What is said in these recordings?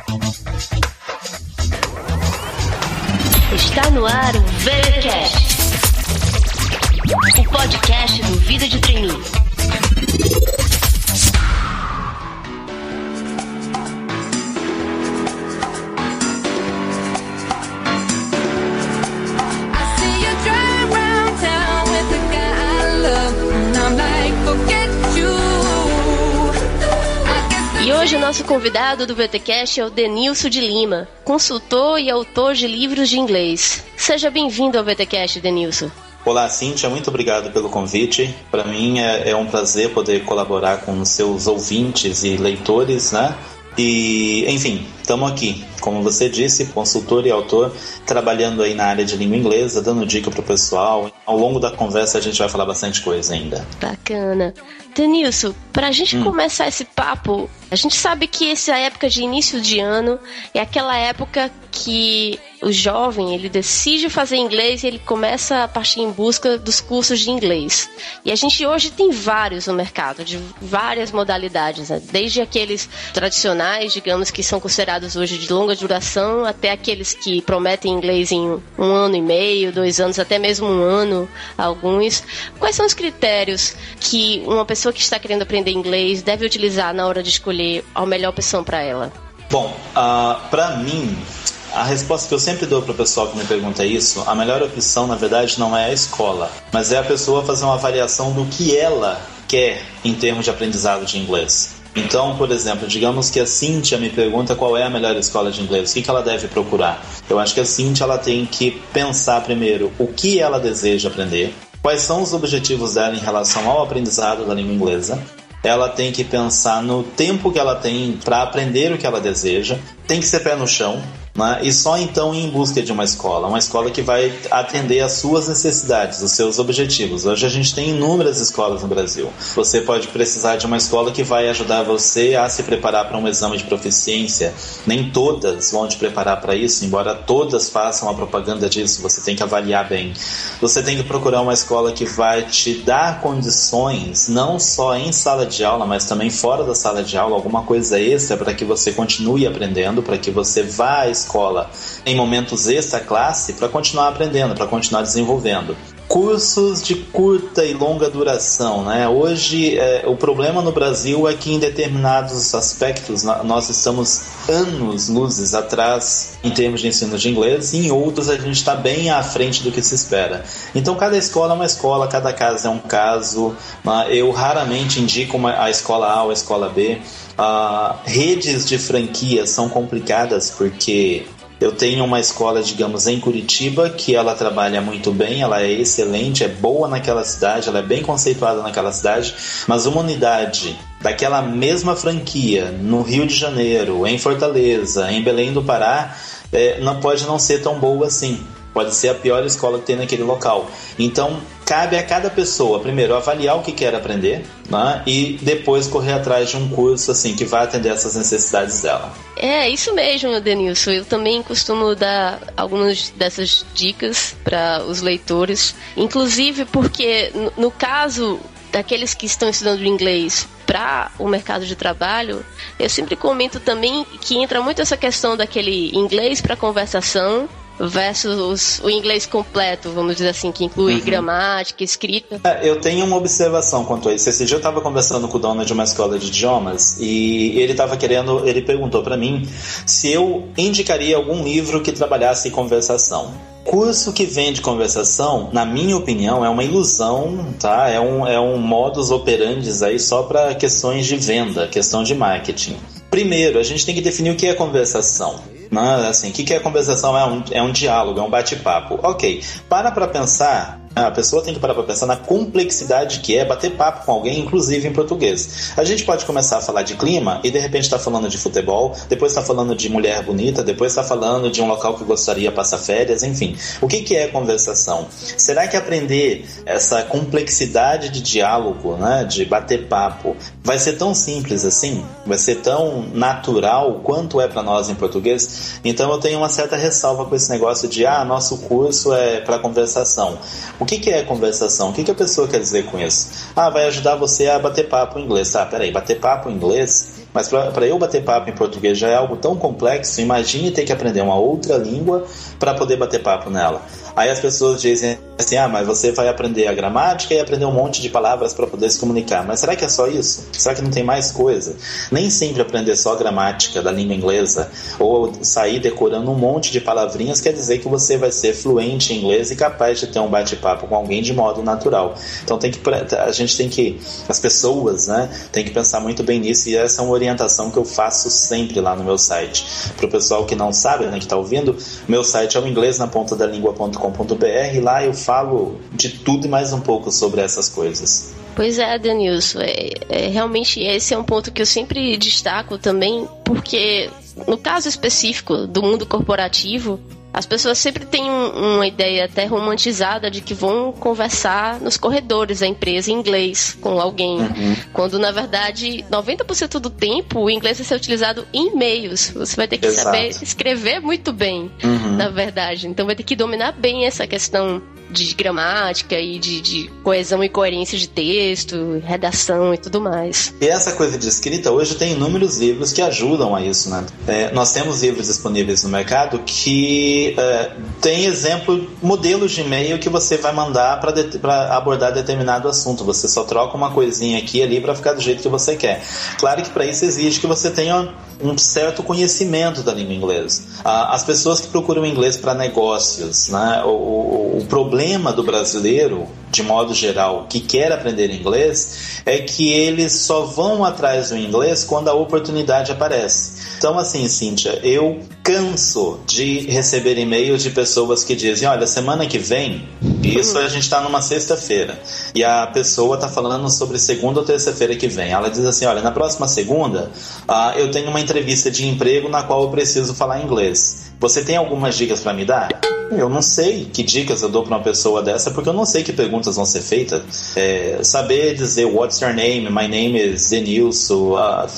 Está no ar o VTCast, o podcast do Vida de Trainee. E hoje o nosso convidado do VTCast é o Denilson de Lima, consultor e autor de livros de inglês. Seja bem-vindo ao VTCast, Denilson. Olá, Cíntia, muito obrigado pelo convite. Para mim é um prazer poder colaborar com os seus ouvintes e leitores, né? E, enfim, estamos aqui, como você disse, consultor e autor, trabalhando aí na área de língua inglesa, dando dica pro pessoal. Ao longo da conversa a gente vai falar bastante coisa ainda. Bacana. Denilson, pra gente começar esse papo, a gente sabe que essa época de início de ano é aquela época que o jovem, ele decide fazer inglês e ele começa a partir em busca dos cursos de inglês. E a gente hoje tem vários no mercado, de várias modalidades, né? Desde aqueles tradicionais, digamos, que são considerados hoje de longa duração, até aqueles que prometem inglês em 1 ano e meio, 2 anos, até mesmo 1 ano, alguns. Quais são os critérios que uma pessoa que está querendo aprender inglês deve utilizar na hora de escolher a melhor opção para ela? Bom, para mim, a resposta que eu sempre dou para o pessoal que me pergunta isso, a melhor opção, na verdade, não é a escola, mas é a pessoa fazer uma avaliação do que ela quer em termos de aprendizado de inglês. Então, por exemplo, digamos que a Cíntia me pergunta qual é a melhor escola de inglês, o que ela deve procurar. Eu acho que a Cíntia ela tem que pensar primeiro o que ela deseja aprender, quais são os objetivos dela em relação ao aprendizado da língua inglesa. Ela tem que pensar no tempo que ela tem para aprender o que ela deseja, tem que ser pé no chão, né? E só então ir em busca de uma escola que vai atender às suas necessidades, os seus objetivos. Hoje a gente tem inúmeras escolas no Brasil. Você pode precisar de uma escola que vai ajudar você a se preparar para um exame de proficiência. Nem todas vão te preparar para isso, embora todas façam a propaganda disso, você tem que avaliar bem. Você tem que procurar uma escola que vai te dar condições, não só em sala de aula, mas também fora da sala de aula, alguma coisa extra para que você continue aprendendo, para que você vá à escola em momentos extra-classe para continuar aprendendo, para continuar desenvolvendo. Cursos de curta e longa duração, né? Hoje, o problema no Brasil é que em determinados aspectos nós estamos anos-luzes atrás em termos de ensino de inglês, e em outros a gente está bem à frente do que se espera. Então, cada escola é uma escola, cada caso é um caso. Eu raramente indico a escola A ou a escola B. Redes de franquias são complicadas porque eu tenho uma escola, digamos, em Curitiba, que ela trabalha muito bem, ela é excelente, é boa naquela cidade, ela é bem conceituada naquela cidade, mas uma unidade daquela mesma franquia no Rio de Janeiro, em Fortaleza, em Belém do Pará, não pode não ser tão boa assim. Pode ser a pior escola que tem naquele local. Então, cabe a cada pessoa, primeiro, avaliar o que quer aprender, né? E depois correr atrás de um curso assim, que vai atender essas necessidades dela. É, isso mesmo, Denilson. Eu também costumo dar algumas dessas dicas para os leitores. Inclusive porque, no caso daqueles que estão estudando inglês para o mercado de trabalho, eu sempre comento também que entra muito essa questão daquele inglês para conversação versus o inglês completo, vamos dizer assim, que inclui gramática, escrita. Eu tenho uma observação quanto a isso. Esse dia eu estava conversando com o dono de uma escola de idiomas e ele perguntou para mim se eu indicaria algum livro que trabalhasse conversação. Curso que vende conversação, na minha opinião, é uma ilusão, tá? É um modus operandi aí só para questões de venda, questão de marketing. Primeiro, a gente tem que definir o que é conversação. Não, assim, o que é conversação? É um diálogo, é um bate-papo. Ok, para pensar, a pessoa tem que parar para pensar na complexidade que é bater papo com alguém, inclusive em português. A gente pode começar a falar de clima e de repente está falando de futebol, depois está falando de mulher bonita, depois está falando de um local que gostaria de passar férias, enfim. O que é conversação? Será que aprender essa complexidade de diálogo, né, de bater papo, vai ser tão simples assim? Vai ser tão natural quanto é para nós em português? Então eu tenho uma certa ressalva com esse negócio de nosso curso é para conversação. O que é conversação? O que a pessoa quer dizer com isso? Vai ajudar você a bater papo em inglês. Peraí, bater papo em inglês? Mas para eu bater papo em português já é algo tão complexo, imagine ter que aprender uma outra língua para poder bater papo nela. Aí as pessoas dizem assim, mas você vai aprender a gramática e aprender um monte de palavras para poder se comunicar. Mas será que é só isso? Será que não tem mais coisa? Nem sempre aprender só a gramática da língua inglesa ou sair decorando um monte de palavrinhas quer dizer que você vai ser fluente em inglês e capaz de ter um bate-papo com alguém de modo natural. Então as pessoas, né, tem que pensar muito bem nisso, e essa é uma orientação que eu faço sempre lá no meu site. Para o pessoal que não sabe, né, que está ouvindo, meu site é o inglesnapontadalingua.com.br, lá eu falo de tudo e mais um pouco sobre essas coisas. Pois é, Denilson, realmente esse é um ponto que eu sempre destaco também, porque no caso específico do mundo corporativo, as pessoas sempre têm uma ideia até romantizada de que vão conversar nos corredores da empresa em inglês com alguém, quando na verdade 90% do tempo o inglês vai ser utilizado em e-mails. Você vai ter que saber escrever muito bem, na verdade. Então vai ter que dominar bem essa questão de gramática e de coesão e coerência de texto, redação e tudo mais. E essa coisa de escrita, hoje tem inúmeros livros que ajudam a isso, né? Nós temos livros disponíveis no mercado que tem modelos de e-mail que você vai mandar para abordar determinado assunto. Você só troca uma coisinha aqui e ali para ficar do jeito que você quer. Claro que para isso exige que você tenha um certo conhecimento da língua inglesa. As pessoas que procuram inglês para negócios, né? O problema do brasileiro, de modo geral, que quer aprender inglês, é que eles só vão atrás do inglês quando a oportunidade aparece. Então, assim, Cíntia, eu canso de receber e-mails de pessoas que dizem, olha, semana que vem, isso a gente está numa sexta-feira, e a pessoa está falando sobre segunda ou terça-feira que vem. Ela diz assim, olha, na próxima segunda, eu tenho uma entrevista de emprego na qual eu preciso falar inglês. Você tem algumas dicas para me dar? Eu não sei que dicas eu dou para uma pessoa dessa, porque eu não sei que perguntas vão ser feitas. Saber dizer what's your name, my name is Denilson,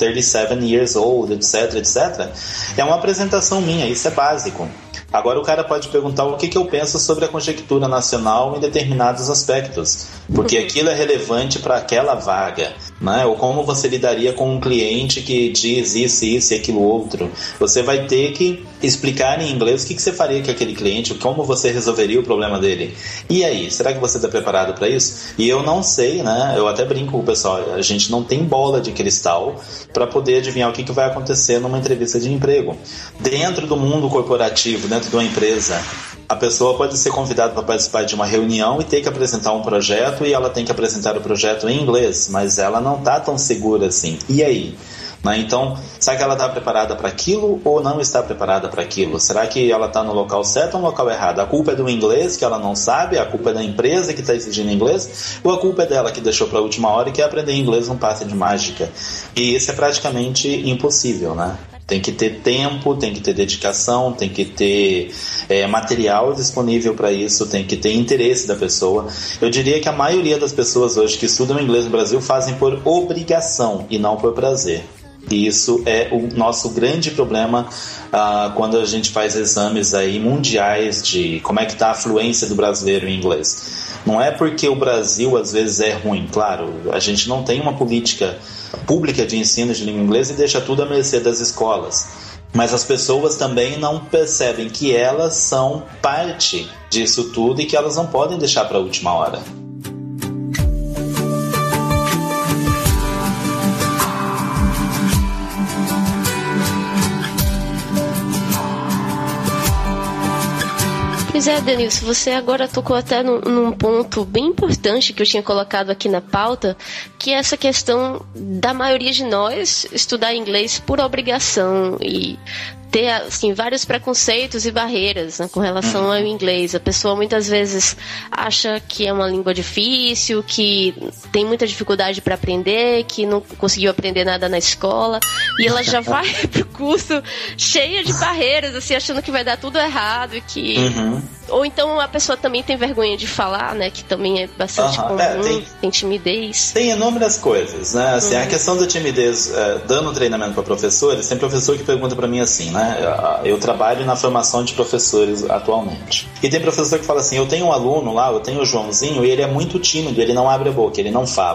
37 years old, etc, etc. É uma apresentação minha, isso é básico. Agora o cara pode perguntar o que eu penso sobre a conjectura nacional em determinados aspectos, porque aquilo é relevante para aquela vaga, né? Ou como você lidaria com um cliente que diz isso e aquilo outro. Você vai ter que explicar em inglês o que você faria com aquele cliente, como você resolveria o problema dele. E aí, será que você está preparado para isso? E eu não sei, né? Eu até brinco com o pessoal, a gente não tem bola de cristal para poder adivinhar o que vai acontecer numa entrevista de emprego. Dentro do mundo corporativo, dentro de uma empresa, a pessoa pode ser convidada para participar de uma reunião e ter que apresentar um projeto, e ela tem que apresentar o projeto em inglês, mas ela não está tão segura assim. E aí? Então, será que ela está preparada para aquilo ou não está preparada para aquilo? Será que ela está no local certo ou no local errado? A culpa é do inglês que ela não sabe? A culpa é da empresa que está exigindo inglês? Ou a culpa é dela que deixou para a última hora e quer aprender inglês num passe de mágica? E isso é praticamente impossível, né? Tem que ter tempo, tem que ter dedicação, tem que ter material disponível para isso, tem que ter interesse da pessoa. Eu diria que a maioria das pessoas hoje que estudam inglês no Brasil fazem por obrigação e não por prazer. E isso é o nosso grande problema quando a gente faz exames aí mundiais de como é que está a fluência do brasileiro em inglês. Não é porque o Brasil às vezes é ruim, claro, a gente não tem uma política pública de ensino de língua inglesa e deixa tudo à mercê das escolas. Mas as pessoas também não percebem que elas são parte disso tudo e que elas não podem deixar para a última hora. Pois é, Denilson, você agora tocou até num ponto bem importante que eu tinha colocado aqui na pauta, que é essa questão da maioria de nós estudar inglês por obrigação e ter assim, vários preconceitos e barreiras, né, com relação ao inglês. A pessoa muitas vezes acha que é uma língua difícil, que tem muita dificuldade para aprender, que não conseguiu aprender nada na escola, e ela já vai pro curso cheia de barreiras, assim, achando que vai dar tudo errado, que... Ou então a pessoa também tem vergonha de falar, né, que também é bastante comum, tem timidez. Tem inúmeras coisas, né, assim, a questão da timidez, dando treinamento para professores, tem professor que pergunta para mim assim, né, eu trabalho na formação de professores atualmente, e tem professor que fala assim, eu tenho um aluno lá, eu tenho o Joãozinho, e ele é muito tímido, ele não abre a boca, ele não fala.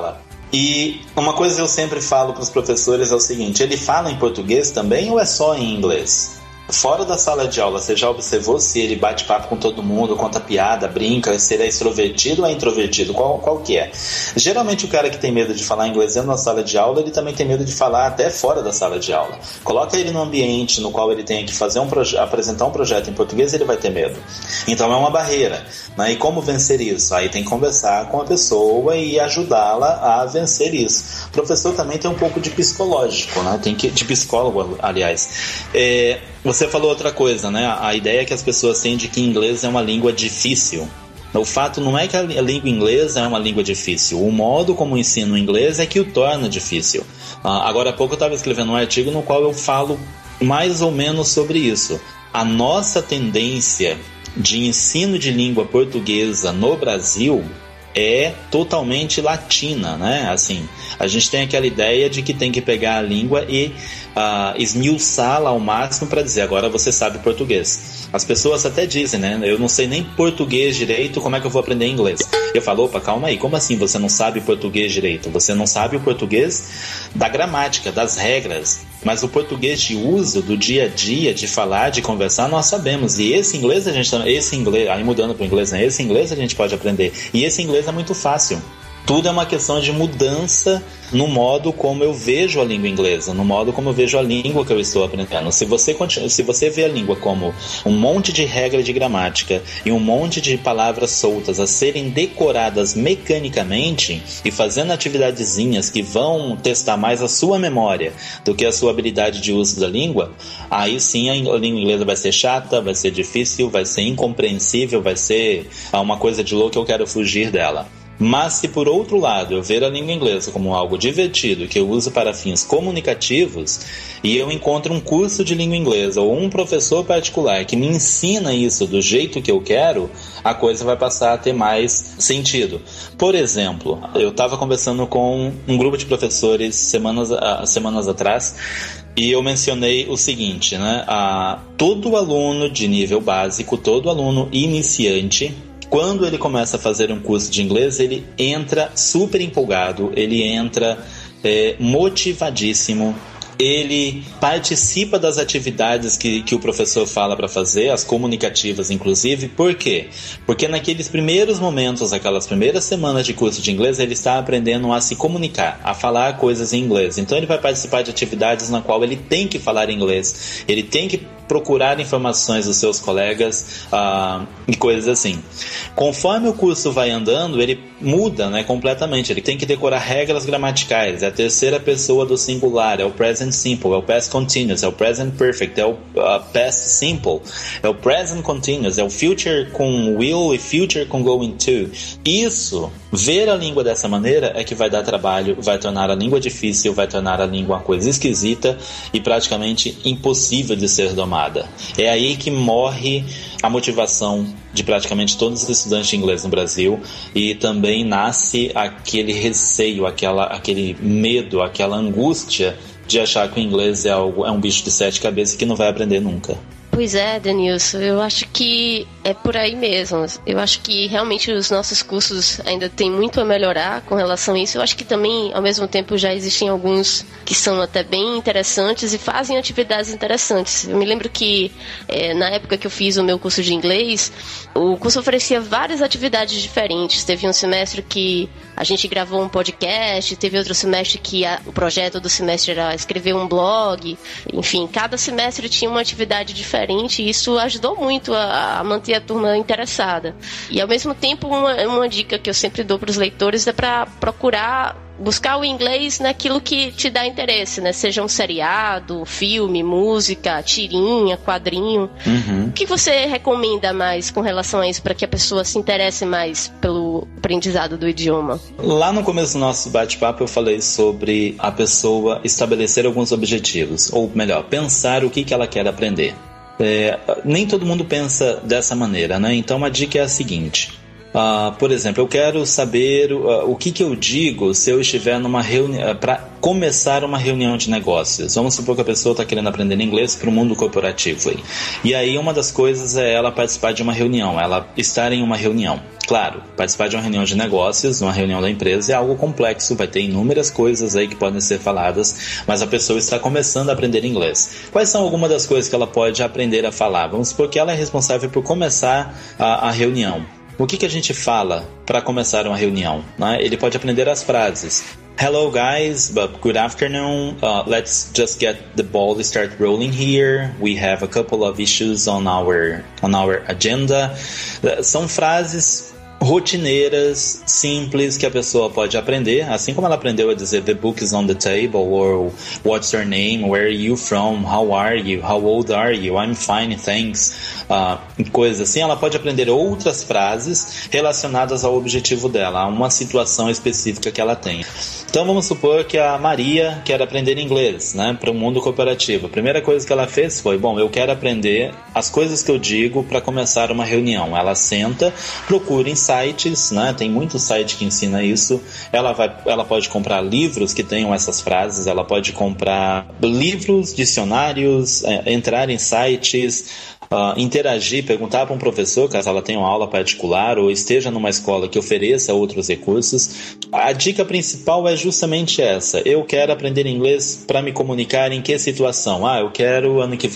E uma coisa que eu sempre falo para os professores é o seguinte: ele fala em português também ou é só em inglês? Fora da sala de aula, você já observou se ele bate papo com todo mundo, conta piada, brinca, se ele é extrovertido ou é introvertido? Qual que é? Geralmente o cara que tem medo de falar inglês dentro da sala de aula, ele também tem medo de falar até fora da sala de aula. Coloca ele num ambiente no qual ele tem que fazer apresentar um projeto em português, ele vai ter medo. Então é uma barreira, né? E como vencer isso? Aí tem que conversar com a pessoa e ajudá-la a vencer isso. O professor também tem um pouco de psicológico, né? De psicólogo, aliás. Você falou outra coisa, né? A ideia que as pessoas têm de que inglês é uma língua difícil. O fato não é que a língua inglesa é uma língua difícil. O modo como o ensino o inglês é que o torna difícil. Agora há pouco eu estava escrevendo um artigo no qual eu falo mais ou menos sobre isso. A nossa tendência de ensino de língua portuguesa no Brasil é totalmente latina, né? Assim, a gente tem aquela ideia de que tem que pegar a língua e esmiuçá-la ao máximo para dizer, agora você sabe português. As pessoas até dizem, né? Eu não sei nem português direito, como é que eu vou aprender inglês? Eu falo, opa, calma aí, como assim você não sabe português direito? Você não sabe o português da gramática, das regras, mas o português de uso, do dia a dia, de falar, de conversar, nós sabemos. E esse inglês, aí mudando para o inglês, né? Esse inglês a gente pode aprender. E esse inglês é muito fácil. Tudo é uma questão de mudança no modo como eu vejo a língua inglesa, no modo como eu vejo a língua que eu estou aprendendo. Se você vê a língua como um monte de regra de gramática e um monte de palavras soltas a serem decoradas mecanicamente e fazendo atividadezinhas que vão testar mais a sua memória do que a sua habilidade de uso da língua, aí sim a língua inglesa vai ser chata, vai ser difícil, vai ser incompreensível, vai ser uma coisa de louco, eu quero fugir dela. Mas se por outro lado eu ver a língua inglesa como algo divertido que eu uso para fins comunicativos e eu encontro um curso de língua inglesa ou um professor particular que me ensina isso do jeito que eu quero, a coisa vai passar a ter mais sentido. Por exemplo, eu estava conversando com um grupo de professores semanas atrás e eu mencionei o seguinte, né? Todo aluno de nível básico, todo aluno iniciante, quando ele começa a fazer um curso de inglês, ele entra super empolgado, ele entra motivadíssimo, ele participa das atividades que o professor fala para fazer, as comunicativas inclusive. Por quê? Porque naqueles primeiros momentos, aquelas primeiras semanas de curso de inglês, ele está aprendendo a se comunicar, a falar coisas em inglês. Então ele vai participar de atividades na qual ele tem que falar inglês, ele tem que procurar informações dos seus colegas e coisas assim. Conforme o curso vai andando, ele muda, né, completamente. Ele tem que decorar regras gramaticais, é a terceira pessoa do singular, é o present simple, é o past continuous, é o present perfect, é o past simple, é o present continuous, é o future com will e future com going to. Isso, ver a língua dessa maneira é que vai dar trabalho, vai tornar a língua difícil, vai tornar a língua uma coisa esquisita e praticamente impossível de ser domada. É aí que morre a motivação de praticamente todos os estudantes de inglês no Brasil, e também nasce aquele receio, aquele medo, aquela angústia de achar que o inglês é um bicho de 7 cabeças que não vai aprender nunca. Pois é, Denilson, eu acho que é por aí mesmo. Eu acho que realmente os nossos cursos ainda tem muito a melhorar com relação a isso. Eu acho que também, ao mesmo tempo, já existem alguns que são até bem interessantes e fazem atividades interessantes. Eu me lembro que na época que eu fiz o meu curso de inglês, o curso oferecia várias atividades diferentes. Teve um semestre que a gente gravou um podcast, teve outro semestre que o projeto do semestre era escrever um blog. Enfim, cada semestre tinha uma atividade diferente e isso ajudou muito a manter a turma interessada. E ao mesmo tempo, uma dica que eu sempre dou para os leitores é para procurar buscar o inglês naquilo que te dá interesse, né? Seja um seriado, filme, música, tirinha, quadrinho. O que você recomenda mais com relação a isso para que a pessoa se interesse mais pelo aprendizado do idioma? Lá no começo do nosso bate-papo eu falei sobre a pessoa estabelecer alguns objetivos, ou melhor, pensar o que ela quer aprender. Nem todo mundo pensa dessa maneira, né? Então a dica é a seguinte: Por exemplo, eu quero saber o que eu digo se eu estiver numa reunião, para começar uma reunião de negócios. Vamos supor que a pessoa está querendo aprender inglês para o mundo corporativo. E aí uma das coisas é ela participar de uma reunião, ela estar em uma reunião. Claro, participar de uma reunião de negócios, uma reunião da empresa é algo complexo, vai ter inúmeras coisas aí que podem ser faladas, mas a pessoa está começando a aprender inglês. Quais são algumas das coisas que ela pode aprender a falar? Vamos supor que ela é responsável por começar a reunião. O que a gente fala para começar uma reunião? Né? Ele pode aprender as frases. Hello guys, good afternoon. Let's just get the ball start rolling here. We have a couple of issues on our agenda. São frases rotineiras, simples, que a pessoa pode aprender, assim como ela aprendeu a dizer the book is on the table, or what's your name, where are you from, how are you, how old are you, I'm fine, thanks, coisas assim. Ela pode aprender outras frases relacionadas ao objetivo dela, a uma situação específica que ela tem. Então vamos supor que a Maria quer aprender inglês, né, para o mundo corporativo. A primeira coisa que ela fez foi, eu quero aprender as coisas que eu digo para começar uma reunião. Ela senta, procura em sites, né, tem muito site que ensina isso. Ela pode comprar livros que tenham essas frases, ela pode comprar livros, dicionários, entrar em sites, interagir, perguntar para um professor, caso ela tenha uma aula particular ou esteja numa escola que ofereça outros recursos. A dica principal é justamente essa. Eu quero aprender inglês para me comunicar em que situação? Eu quero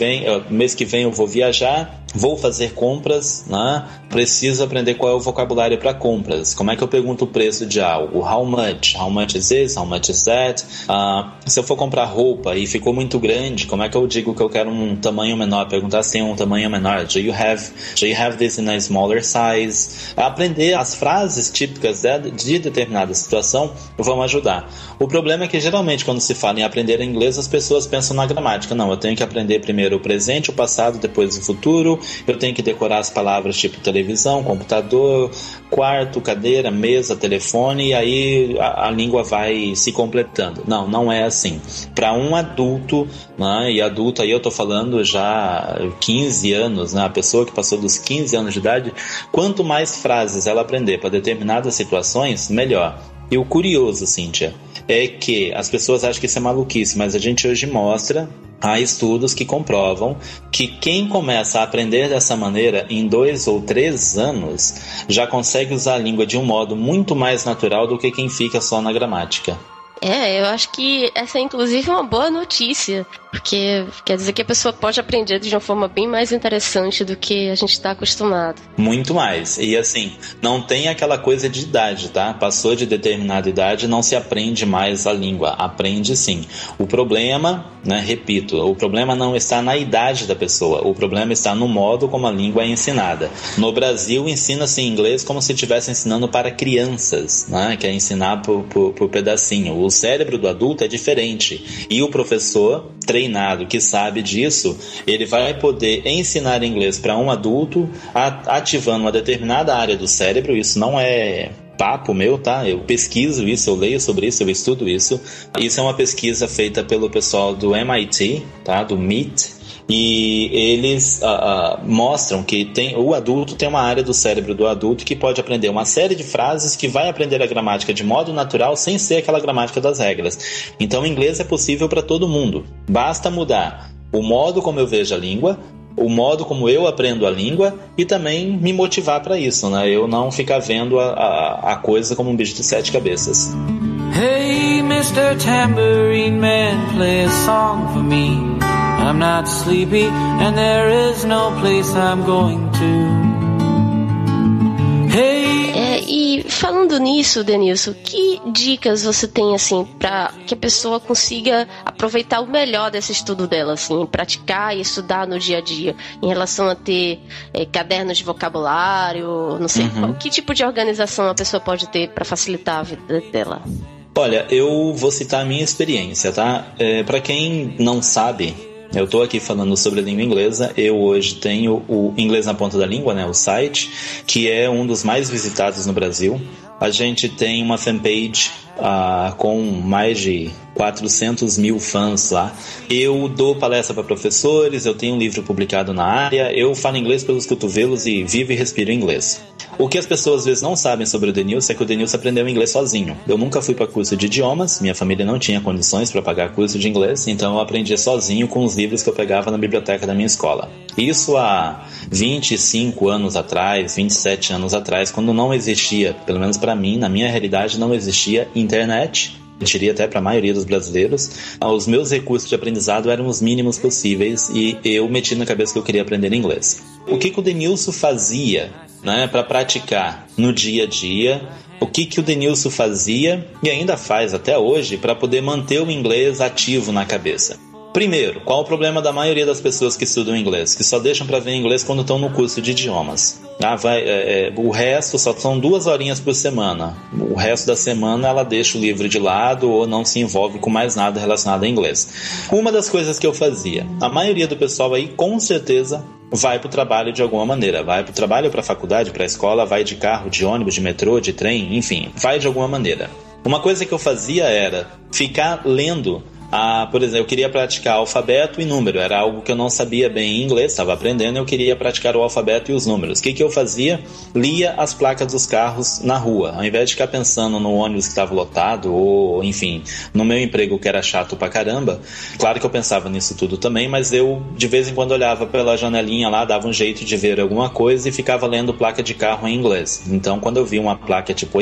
mês que vem eu vou viajar, vou fazer compras, né? Preciso aprender qual é o vocabulário para compras. Como é que eu pergunto o preço de algo? How much? How much is this? How much is that? Se eu for comprar roupa e ficou muito grande, como é que eu digo que eu quero um tamanho menor? Perguntar se tem um tamanho menor. Do you have this in a smaller size? Aprender as frases típicas de determinada situação vão ajudar. O problema é que geralmente quando se fala em aprender inglês, as pessoas pensam na gramática. Não, eu tenho que aprender primeiro o presente, o passado, depois o futuro. Eu tenho que decorar as palavras tipo televisão, computador, quarto, cadeira, mesa, telefone, e aí a língua vai se completando. Não é assim. Para um adulto, né, e adulto aí eu tô falando já 15 anos, né, a pessoa que passou dos 15 anos de idade, quanto mais frases ela aprender para determinadas situações, melhor. E o curioso, Cíntia, é que as pessoas acham que isso é maluquice, mas a gente hoje mostra, há estudos que comprovam que quem começa a aprender dessa maneira em 2 ou 3 anos já consegue usar a língua de um modo muito mais natural do que quem fica só na gramática. Eu acho que essa é inclusive uma boa notícia, porque quer dizer que a pessoa pode aprender de uma forma bem mais interessante do que a gente está acostumado. Muito mais. E assim, não tem aquela coisa de idade, tá? Passou de determinada idade, não se aprende mais a língua. Aprende sim. O problema, né, repito, o problema não está na idade da pessoa, o problema está no modo como a língua é ensinada. No Brasil, ensina-se inglês como se estivesse ensinando para crianças, né? Que é ensinar por pedacinho. O cérebro do adulto é diferente. E o professor treinado que sabe disso, ele vai poder ensinar inglês para um adulto ativando uma determinada área do cérebro. Isso não é papo meu, tá? Eu pesquiso isso, eu leio sobre isso, eu estudo isso. Isso é uma pesquisa feita pelo pessoal do MIT, tá? Do MIT. E eles mostram que o adulto tem uma área do cérebro do adulto que pode aprender uma série de frases, que vai aprender a gramática de modo natural sem ser aquela gramática das regras. Então o inglês é possível para todo mundo. Basta mudar o modo como eu vejo a língua, o modo como eu aprendo a língua e também me motivar para isso, né? Eu não ficar vendo a coisa como um bicho de 7 cabeças. Hey, Mr. Tambourine Man, play a song for me. I'm not sleepy and there is no place I'm going to. Hey. E falando nisso, Denilson, que dicas você tem assim para que a pessoa consiga aproveitar o melhor desse estudo dela, assim, praticar e estudar no dia a dia, em relação a ter cadernos de vocabulário, não sei, que tipo de organização a pessoa pode ter para facilitar a vida dela? Olha, eu vou citar a minha experiência, tá? Para quem não sabe, eu estou aqui falando sobre língua inglesa. Eu hoje tenho o Inglês na Ponta da Língua, né, o site, que é um dos mais visitados no Brasil. A gente tem uma fanpage com mais de 400 mil fãs lá. Eu dou palestra para professores, eu tenho um livro publicado na área, eu falo inglês pelos cotovelos e vivo e respiro inglês. O que as pessoas às vezes não sabem sobre o Denilson é que o Denilson aprendeu inglês sozinho. Eu nunca fui para curso de idiomas, minha família não tinha condições para pagar curso de inglês, então eu aprendi sozinho com os livros que eu pegava na biblioteca da minha escola. Isso há 25 anos atrás, 27 anos atrás, quando não existia, pelo menos para mim, na minha realidade, não existia internet. Eu diria até para a maioria dos brasileiros, os meus recursos de aprendizado eram os mínimos possíveis e eu meti na cabeça que eu queria aprender inglês. O que o Denilson fazia, né, para praticar no dia a dia? O que o Denilson fazia e ainda faz até hoje para poder manter o inglês ativo na cabeça? Primeiro, qual o problema da maioria das pessoas que estudam inglês? Que só deixam para ver inglês quando estão no curso de idiomas. O resto só são 2 horinhas por semana. O resto da semana ela deixa o livro de lado ou não se envolve com mais nada relacionado a inglês. Uma das coisas que eu fazia, a maioria do pessoal aí com certeza vai para o trabalho de alguma maneira. Vai para o trabalho, para a faculdade, para a escola, vai de carro, de ônibus, de metrô, de trem, enfim, vai de alguma maneira. Uma coisa que eu fazia era ficar lendo. Por exemplo, eu queria praticar alfabeto e número, era algo que eu não sabia bem em inglês, estava aprendendo, eu queria praticar o alfabeto e os números. O que eu fazia? Lia as placas dos carros na rua, ao invés de ficar pensando no ônibus que estava lotado, ou enfim, no meu emprego que era chato pra caramba. Claro que eu pensava nisso tudo também, mas eu de vez em quando olhava pela janelinha lá, dava um jeito de ver alguma coisa e ficava lendo placa de carro em inglês. Então quando eu via uma placa tipo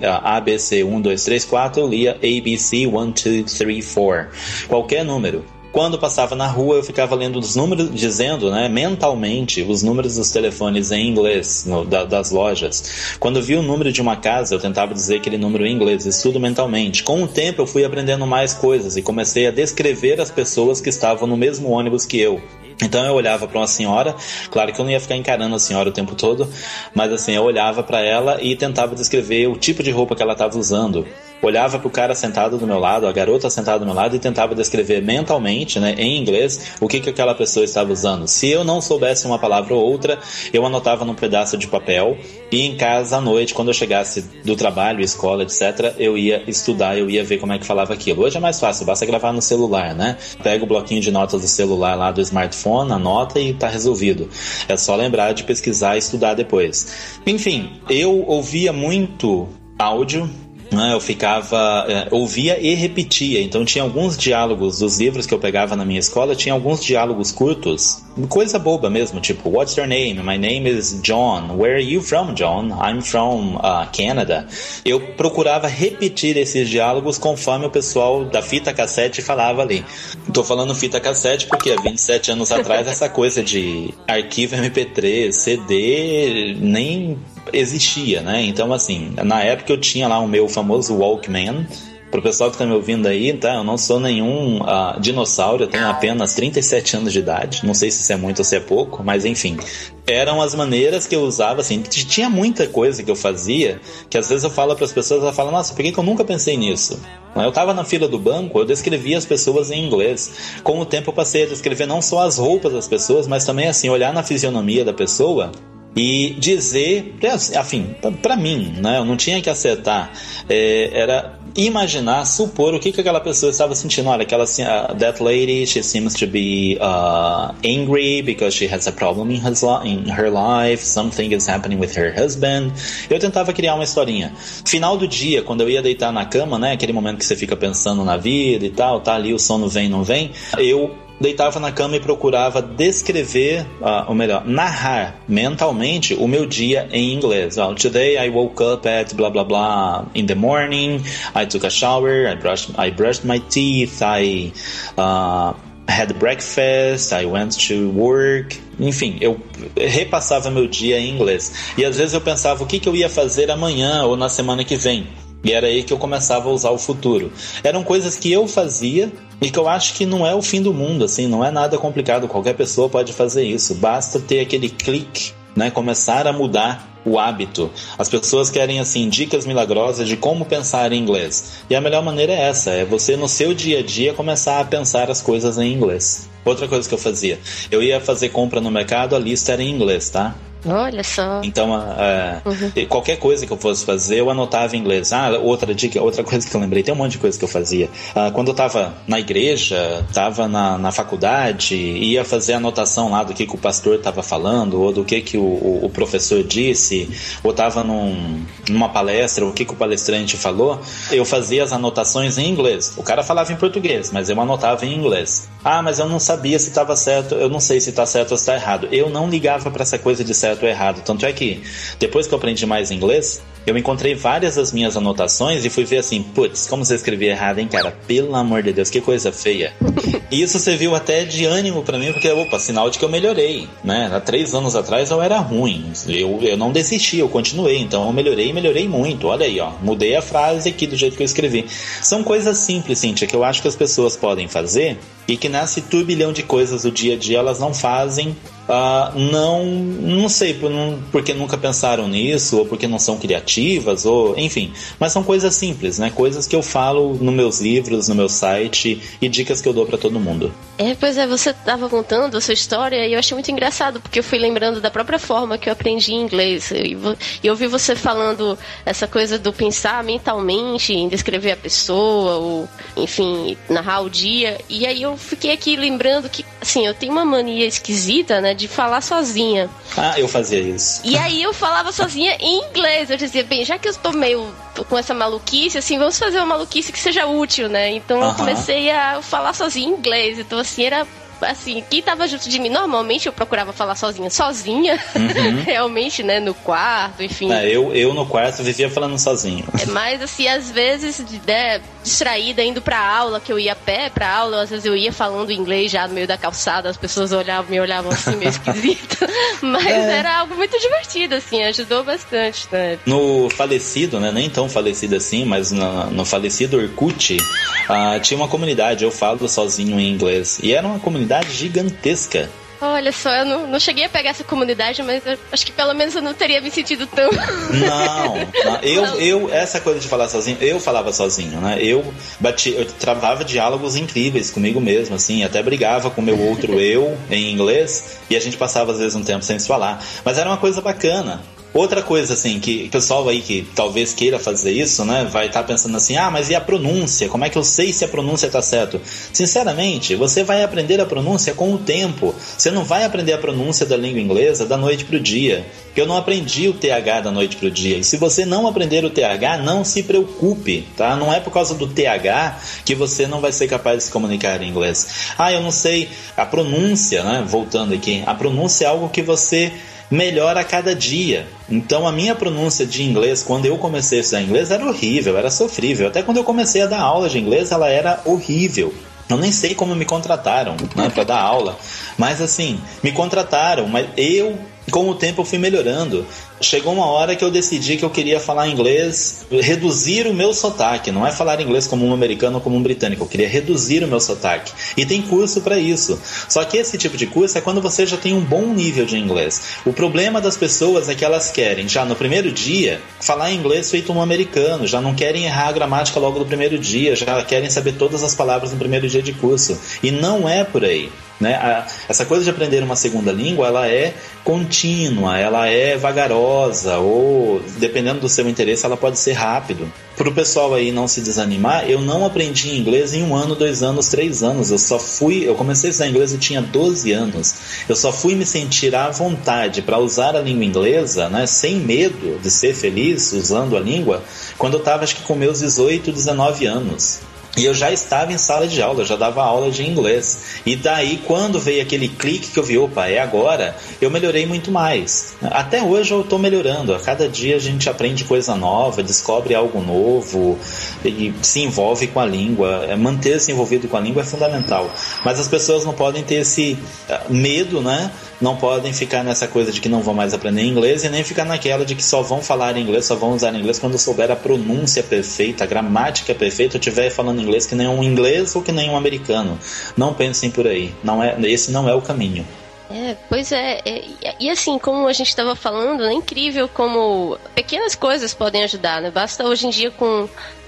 ABC 1, 2, 3, 4, eu lia ABC 1, 2, 3, 4. Qualquer número. Quando passava na rua, eu ficava lendo os números, dizendo, né, mentalmente, os números dos telefones em inglês, das lojas. Quando eu via o número de uma casa, eu tentava dizer aquele número em inglês, isso tudo mentalmente. Com o tempo, eu fui aprendendo mais coisas e comecei a descrever as pessoas que estavam no mesmo ônibus que eu. Então eu olhava para uma senhora, claro que eu não ia ficar encarando a senhora o tempo todo, mas assim, eu olhava para ela e tentava descrever o tipo de roupa que ela estava usando. Olhava para o cara sentado do meu lado, a garota sentada do meu lado e tentava descrever mentalmente, né, em inglês, o que aquela pessoa estava usando. Se eu não soubesse uma palavra ou outra, eu anotava num pedaço de papel e em casa à noite, quando eu chegasse do trabalho, escola, etc., eu ia estudar, eu ia ver como é que falava aquilo. Hoje é mais fácil, basta gravar no celular, né? Pega o bloquinho de notas do celular lá do smartphone, anota e tá resolvido. É só lembrar de pesquisar e estudar depois. Enfim, eu ouvia muito áudio, eu ouvia e repetia, então tinha alguns diálogos dos livros que eu pegava na minha escola, tinha alguns diálogos curtos, coisa boba mesmo, tipo, what's your name? My name is John. Where are you from, John? I'm from Canada. Eu procurava repetir esses diálogos conforme o pessoal da fita cassete falava ali. Tô falando fita cassete porque há 27 anos atrás essa coisa de arquivo MP3, CD, nem existia, né? Então, assim, na época eu tinha lá o meu famoso Walkman. Pro pessoal que tá me ouvindo aí, tá? Eu não sou nenhum dinossauro, eu tenho apenas 37 anos de idade. Não sei se isso é muito ou se é pouco, mas enfim. Eram as maneiras que eu usava, assim. Tinha muita coisa que eu fazia, que às vezes eu falo para as pessoas, elas falam, nossa, por que eu nunca pensei nisso? Eu tava na fila do banco, eu descrevia as pessoas em inglês. Com o tempo eu passei a descrever não só as roupas das pessoas, mas também, assim, olhar na fisionomia da pessoa e dizer, enfim, pra mim, né, eu não tinha que acertar, era imaginar, supor o que aquela pessoa estava sentindo. Olha, aquela that lady, she seems to be angry because she has a problem in her life, something is happening with her husband. Eu tentava criar uma historinha. Final do dia, quando eu ia deitar na cama, né, aquele momento que você fica pensando na vida e tal, tá ali, o sono vem, não vem, eu deitava na cama e procurava descrever, ou melhor, narrar mentalmente o meu dia em inglês. Today I woke up at blah blah blah in the morning, I took a shower, I brushed my teeth, I had breakfast, I went to work. Enfim, eu repassava meu dia em inglês. E às vezes eu pensava o que eu ia fazer amanhã ou na semana que vem. E era aí que eu começava a usar o futuro. Eram coisas que eu fazia e que eu acho que não é o fim do mundo, assim, não é nada complicado. Qualquer pessoa pode fazer isso. Basta ter aquele clique, né? Começar a mudar o hábito. As pessoas querem, assim, dicas milagrosas de como pensar em inglês. E a melhor maneira é essa, é você no seu dia a dia começar a pensar as coisas em inglês. Outra coisa que eu fazia, eu ia fazer compra no mercado, a lista era em inglês, tá? Olha só. Então, qualquer coisa que eu fosse fazer, eu anotava em inglês. Outra dica, outra coisa que eu lembrei, tem um monte de coisa que eu fazia. Quando eu tava na igreja, tava na faculdade, ia fazer anotação lá do que o pastor tava falando, ou do que o professor disse, ou tava numa palestra, o que o palestrante falou, eu fazia as anotações em inglês. O cara falava em português, mas eu anotava em inglês. Mas eu não sabia se estava certo, eu não sei se está certo ou se está errado. Eu não ligava para essa coisa de certo ou errado. Tanto é que, depois que eu aprendi mais inglês, eu encontrei várias das minhas anotações e fui ver assim, putz, como você escrevia errado, hein, cara? Pelo amor de Deus, que coisa feia. E isso serviu até de ânimo pra mim, porque, sinal de que eu melhorei, né? Há 3 anos atrás eu era ruim. Eu não desisti, eu continuei. Então eu melhorei muito. Olha aí, ó. Mudei a frase aqui do jeito que eu escrevi. São coisas simples, Cíntia, que eu acho que as pessoas podem fazer e que nesse turbilhão de coisas do dia a dia elas não fazem. Não sei porque nunca pensaram nisso, ou porque não são criativas, ou enfim, mas são coisas simples, né? Coisas que eu falo nos meus livros, no meu site, e dicas que eu dou pra todo mundo. Pois é, você tava contando a sua história e eu achei muito engraçado, porque eu fui lembrando da própria forma que eu aprendi inglês, e eu ouvi você falando essa coisa do pensar mentalmente em descrever a pessoa, ou enfim, narrar o dia, e aí eu fiquei aqui lembrando que, assim, eu tenho uma mania esquisita, né, de falar sozinha. Eu fazia isso. E aí eu falava sozinha em inglês. Eu dizia, bem, já que eu estou meio com essa maluquice, assim, vamos fazer uma maluquice que seja útil, né? Então eu comecei a falar sozinha em inglês. Então, assim, era... Assim, quem tava junto de mim, normalmente eu procurava falar sozinha, realmente, né, no quarto, enfim. Eu no quarto vivia falando sozinho. Mas, assim, às vezes, né, distraída, indo pra aula, que eu ia a pé pra aula, às vezes eu ia falando inglês já no meio da calçada, as pessoas me olhavam assim, meio esquisito. Mas era algo muito divertido, assim, ajudou bastante, né? No falecido, né, nem tão falecido assim, mas no falecido Orkut, tinha uma comunidade, eu falo sozinho em inglês, e era uma comunidade gigantesca. Olha só, eu não cheguei a pegar essa comunidade, mas eu acho que pelo menos eu não teria me sentido tão... Eu essa coisa de falar sozinho, eu falava sozinho, né? Eu travava diálogos incríveis comigo mesmo, assim, até brigava com o meu outro eu em inglês, e a gente passava às vezes um tempo sem se falar. Mas era uma coisa bacana. Outra coisa, assim, que o pessoal aí que talvez queira fazer isso, né, vai estar pensando assim, mas e a pronúncia? Como é que eu sei se a pronúncia está certa? Sinceramente, você vai aprender a pronúncia com o tempo. Você não vai aprender a pronúncia da língua inglesa da noite pro dia. Eu não aprendi o TH da noite pro dia. E se você não aprender o TH, não se preocupe, tá? Não é por causa do TH que você não vai ser capaz de se comunicar em inglês. Eu não sei. A pronúncia, né, voltando aqui, a pronúncia é algo que você melhora a cada dia. Então a minha pronúncia de inglês, quando eu comecei a estudar inglês, era horrível, era sofrível. Até quando eu comecei a dar aula de inglês, ela era horrível. Eu nem sei como me contrataram, né, para dar aula. Mas assim, me contrataram, mas com o tempo eu fui melhorando. Chegou uma hora que eu decidi que eu queria falar inglês, reduzir o meu sotaque. Não é falar inglês como um americano ou como um britânico. Eu queria reduzir o meu sotaque. E tem curso para isso. Só que esse tipo de curso é quando você já tem um bom nível de inglês. O problema das pessoas é que elas querem, já no primeiro dia, falar inglês feito um americano. Já não querem errar a gramática logo no primeiro dia. Já querem saber todas as palavras no primeiro dia de curso. E não é por aí. Né? Essa coisa de aprender uma segunda língua, ela é contínua, ela é vagarosa, ou dependendo do seu interesse, ela pode ser rápido. Para o pessoal aí não se desanimar, eu não aprendi inglês em 1 ano, 2 anos, 3 anos. Eu comecei a estudar inglês, eu tinha 12 anos. Eu só fui me sentir à vontade para usar a língua inglesa, né, sem medo de ser feliz usando a língua, quando eu estava, acho que com meus 18, 19 anos. E eu já estava em sala de aula, eu já dava aula de inglês. E daí, quando veio aquele clique que eu vi, opa, é agora, eu melhorei muito mais. Até hoje eu estou melhorando. A cada dia a gente aprende coisa nova, descobre algo novo e se envolve com a língua. Manter-se envolvido com a língua é fundamental. Mas as pessoas não podem ter esse medo, né? Não podem ficar nessa coisa de que não vão mais aprender inglês e nem ficar naquela de que só vão falar inglês, só vão usar inglês quando souber a pronúncia perfeita, a gramática perfeita, ou estiver falando inglês que nem um inglês ou que nem um americano. Não pensem por aí. Esse não é o caminho. Pois é. E assim, como a gente estava falando, é incrível como pequenas coisas podem ajudar, né? Basta hoje em dia com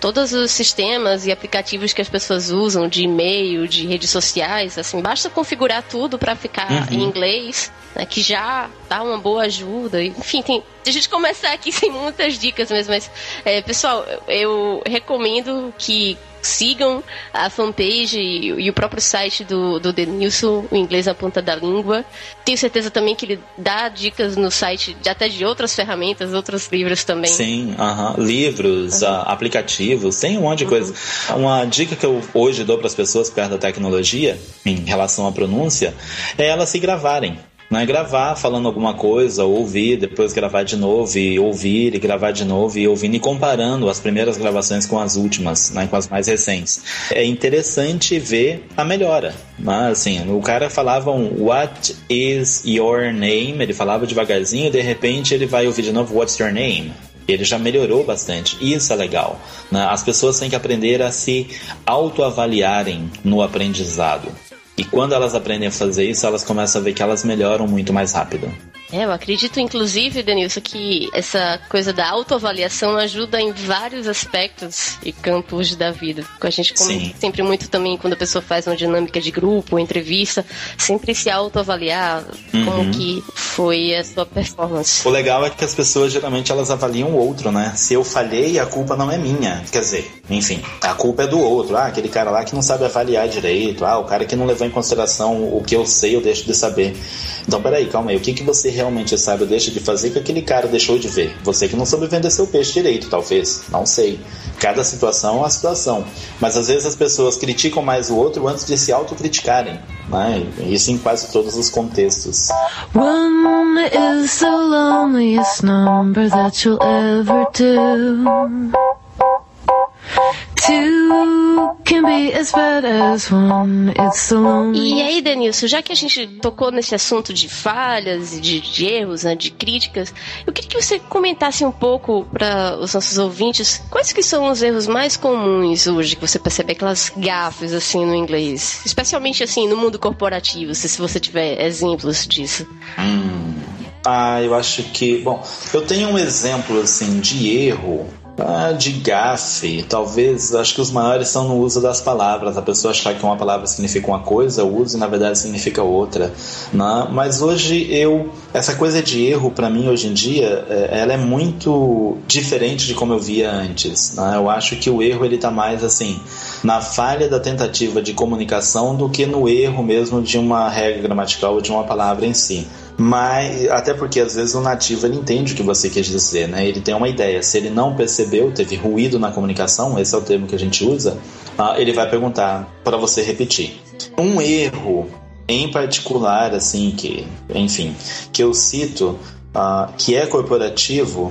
todos os sistemas e aplicativos que as pessoas usam de e-mail, de redes sociais, assim, basta configurar tudo para ficar em inglês, né, que já dá uma boa ajuda. Enfim, a gente começar aqui sem muitas dicas mesmo, mas pessoal, eu recomendo que sigam a fanpage e o próprio site do Denilson, o Inglês na Ponta da Língua. Tenho certeza também que ele dá dicas no site até de outras ferramentas, outros livros também. Sim, livros, aplicativos, tem um monte de coisa. Uma dica que eu hoje dou para as pessoas perto da tecnologia, em relação à pronúncia, é elas se gravarem. Não é gravar falando alguma coisa, ouvir, depois gravar de novo e ouvir, e gravar de novo e ouvindo, e comparando as primeiras gravações com as últimas, né, com as mais recentes. É interessante ver a melhora, né? Assim, o cara falava What is your name? Ele falava devagarzinho e de repente ele vai ouvir de novo What's your name? Ele já melhorou bastante. Isso é legal, né? As pessoas têm que aprender a se autoavaliarem no aprendizado. E quando elas aprendem a fazer isso, elas começam a ver que elas melhoram muito mais rápido. Eu acredito, inclusive, Denilson, que essa coisa da autoavaliação ajuda em vários aspectos e campos da vida. A gente comenta sempre muito também quando a pessoa faz uma dinâmica de grupo, entrevista, sempre se autoavaliar como que foi a sua performance. O legal é que as pessoas, geralmente, elas avaliam o outro, né? Se eu falhei, a culpa não é minha. Quer dizer, enfim, a culpa é do outro. Aquele cara lá que não sabe avaliar direito. O cara que não levou em consideração o que eu sei, eu deixo de saber. Então, peraí, calma aí. O que você realmente sabe ou deixa de fazer que aquele cara deixou de ver? Você que não soube vender seu peixe direito, talvez. Não sei. Cada situação é uma situação. Mas às vezes as pessoas criticam mais o outro antes de se autocriticarem, né? Isso em quase todos os contextos. One is the loneliest number that you'll ever do. Two can be as bad as one. It's the lonely. E aí, Denilson, já que a gente tocou nesse assunto de falhas e de erros, né, de críticas, eu queria que você comentasse um pouco para os nossos ouvintes quais que são os erros mais comuns hoje que você percebe, aquelas gafes assim no inglês, especialmente assim no mundo corporativo, se você tiver exemplos disso. Eu acho que, eu tenho um exemplo assim de erro. De gafe, talvez, acho que os maiores são no uso das palavras. A pessoa achar que uma palavra significa uma coisa, o uso na verdade significa outra, né? Mas hoje essa coisa de erro para mim hoje em dia, ela é muito diferente de como eu via antes, né? Eu acho que o erro ele tá mais assim na falha da tentativa de comunicação do que no erro mesmo de uma regra gramatical ou de uma palavra em si. Mas até porque às vezes o nativo ele entende o que você quer dizer, né? Ele tem uma ideia. Se ele não percebeu, teve ruído na comunicação, esse é o termo que a gente usa, ele vai perguntar para você repetir. Um erro em particular, assim, que eu cito, que é corporativo,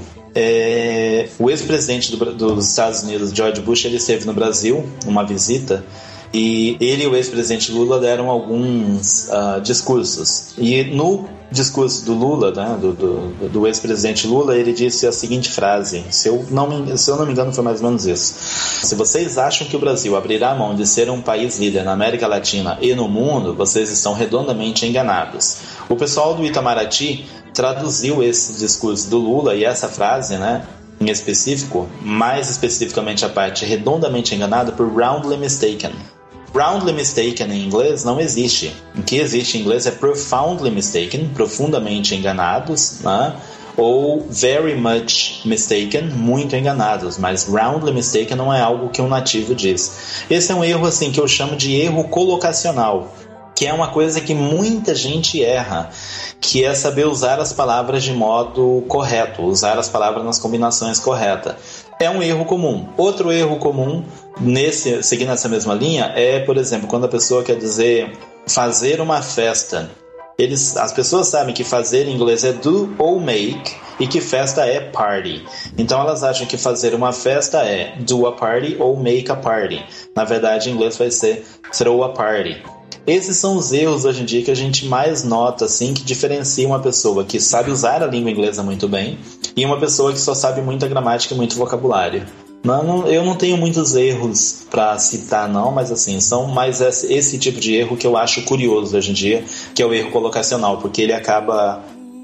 o ex-presidente dos Estados Unidos, George Bush, ele esteve no Brasil, numa visita, e ele e o ex-presidente Lula deram alguns discursos. E no discurso do Lula, né, do ex-presidente Lula, ele disse a seguinte frase, se eu não me engano foi mais ou menos isso: se vocês acham que o Brasil abrirá a mão de ser um país líder na América Latina e no mundo, vocês estão redondamente enganados. O pessoal do Itamaraty traduziu esse discurso do Lula e essa frase, né, em específico, mais especificamente a parte redondamente enganada, por roundly mistaken. Roundly mistaken em inglês não existe. O que existe em inglês é profoundly mistaken, profundamente enganados, né? Ou very much mistaken, muito enganados. Mas roundly mistaken não é algo que um nativo diz. Esse é um erro assim que eu chamo de erro colocacional, que é uma coisa que muita gente erra, que é saber usar as palavras de modo correto, usar as palavras nas combinações corretas. É um erro comum. Outro erro comum, seguindo essa mesma linha, é, por exemplo, quando a pessoa quer dizer fazer uma festa. As pessoas sabem que fazer em inglês é do ou make e que festa é party. Então elas acham que fazer uma festa é do a party ou make a party. Na verdade, em inglês vai ser throw a party. Esses são os erros hoje em dia que a gente mais nota, assim, que diferencia uma pessoa que sabe usar a língua inglesa muito bem e uma pessoa que só sabe muita gramática e muito vocabulário. Eu não tenho muitos erros para citar, não, mas assim, são mais esse tipo de erro que eu acho curioso hoje em dia, que é o erro colocacional, porque ele acaba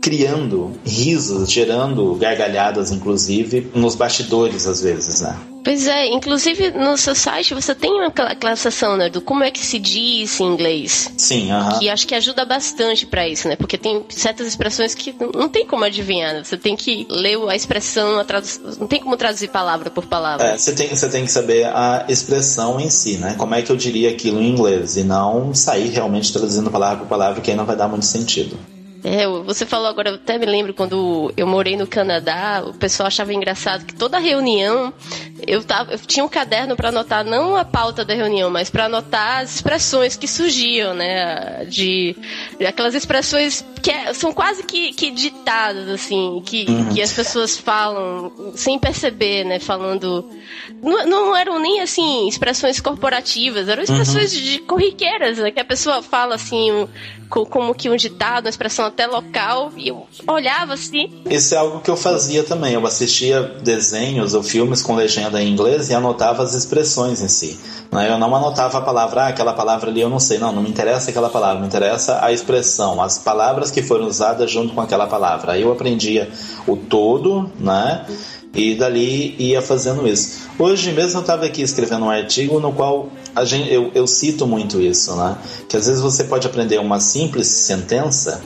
criando risos, gerando gargalhadas, inclusive, nos bastidores, às vezes, né? Pois é, inclusive no seu site você tem aquela seção, né, do como é que se diz em inglês. Sim, que acho que ajuda bastante pra isso, né? Porque tem certas expressões que não tem como adivinhar, né? Você tem que ler a expressão, não tem como traduzir palavra por palavra. Você tem que saber a expressão em si, né? Como é que eu diria aquilo em inglês e não sair realmente traduzindo palavra por palavra, que aí não vai dar muito sentido. Você falou agora, eu até me lembro quando eu morei no Canadá, o pessoal achava engraçado que toda reunião eu tinha um caderno para anotar não a pauta da reunião, mas para anotar as expressões que surgiam, né, aquelas expressões que são quase que ditadas, assim, que as pessoas falam sem perceber, né, falando, não eram nem assim expressões corporativas, eram expressões corriqueiras, né, que a pessoa fala assim, como que um ditado, uma expressão até local, e eu olhava assim. Isso é algo que eu fazia também. Eu assistia desenhos ou filmes com legenda em inglês e anotava as expressões em si. Eu não anotava a palavra, aquela palavra ali eu não sei. Não me interessa aquela palavra, me interessa a expressão, as palavras que foram usadas junto com aquela palavra. Aí eu aprendia o todo, né? E dali ia fazendo isso. Hoje mesmo eu estava aqui escrevendo um artigo no qual eu cito muito isso, né? Que às vezes você pode aprender uma simples sentença,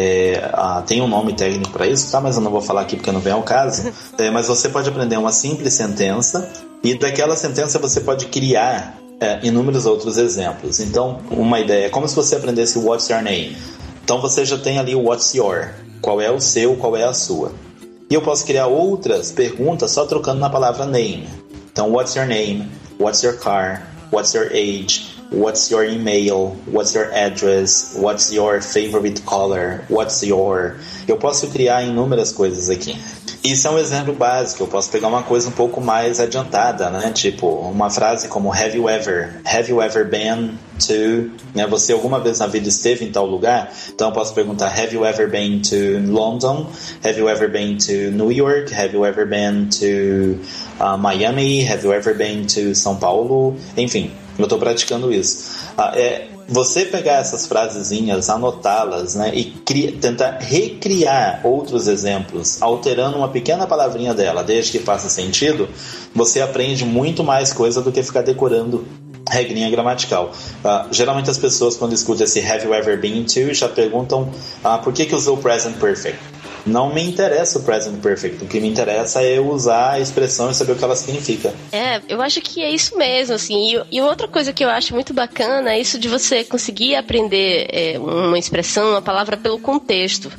tem um nome técnico para isso, tá? Mas eu não vou falar aqui porque não vem ao caso. Mas você pode aprender uma simples sentença e daquela sentença você pode criar inúmeros outros exemplos. Então, uma ideia é como se você aprendesse o What's Your Name. Então você já tem ali o What's Your, qual é o seu, qual é a sua. E eu posso criar outras perguntas só trocando na palavra name. Então, what's your name? What's your car? What's your age? What's your email? What's your address? What's your favorite color? What's your... Eu posso criar inúmeras coisas aqui. Isso é um exemplo básico. Eu posso pegar uma coisa um pouco mais adiantada, né? Tipo, uma frase como Have you ever been to... Né? Você alguma vez na vida esteve em tal lugar? Então eu posso perguntar Have you ever been to London? Have you ever been to New York? Have you ever been to Miami? Have you ever been to São Paulo? Enfim, eu estou praticando isso. Você pegar essas frasezinhas, anotá-las, né, e tentar recriar outros exemplos, alterando uma pequena palavrinha dela, desde que faça sentido, você aprende muito mais coisa do que ficar decorando regrinha gramatical. Geralmente as pessoas, quando escutam esse Have you ever been to, já perguntam por que usou present perfect. Não me interessa o present perfect. O que me interessa é usar a expressão e saber o que ela significa. Eu acho que é isso mesmo, assim. E outra coisa que eu acho muito bacana é isso de você conseguir aprender uma expressão, uma palavra pelo contexto.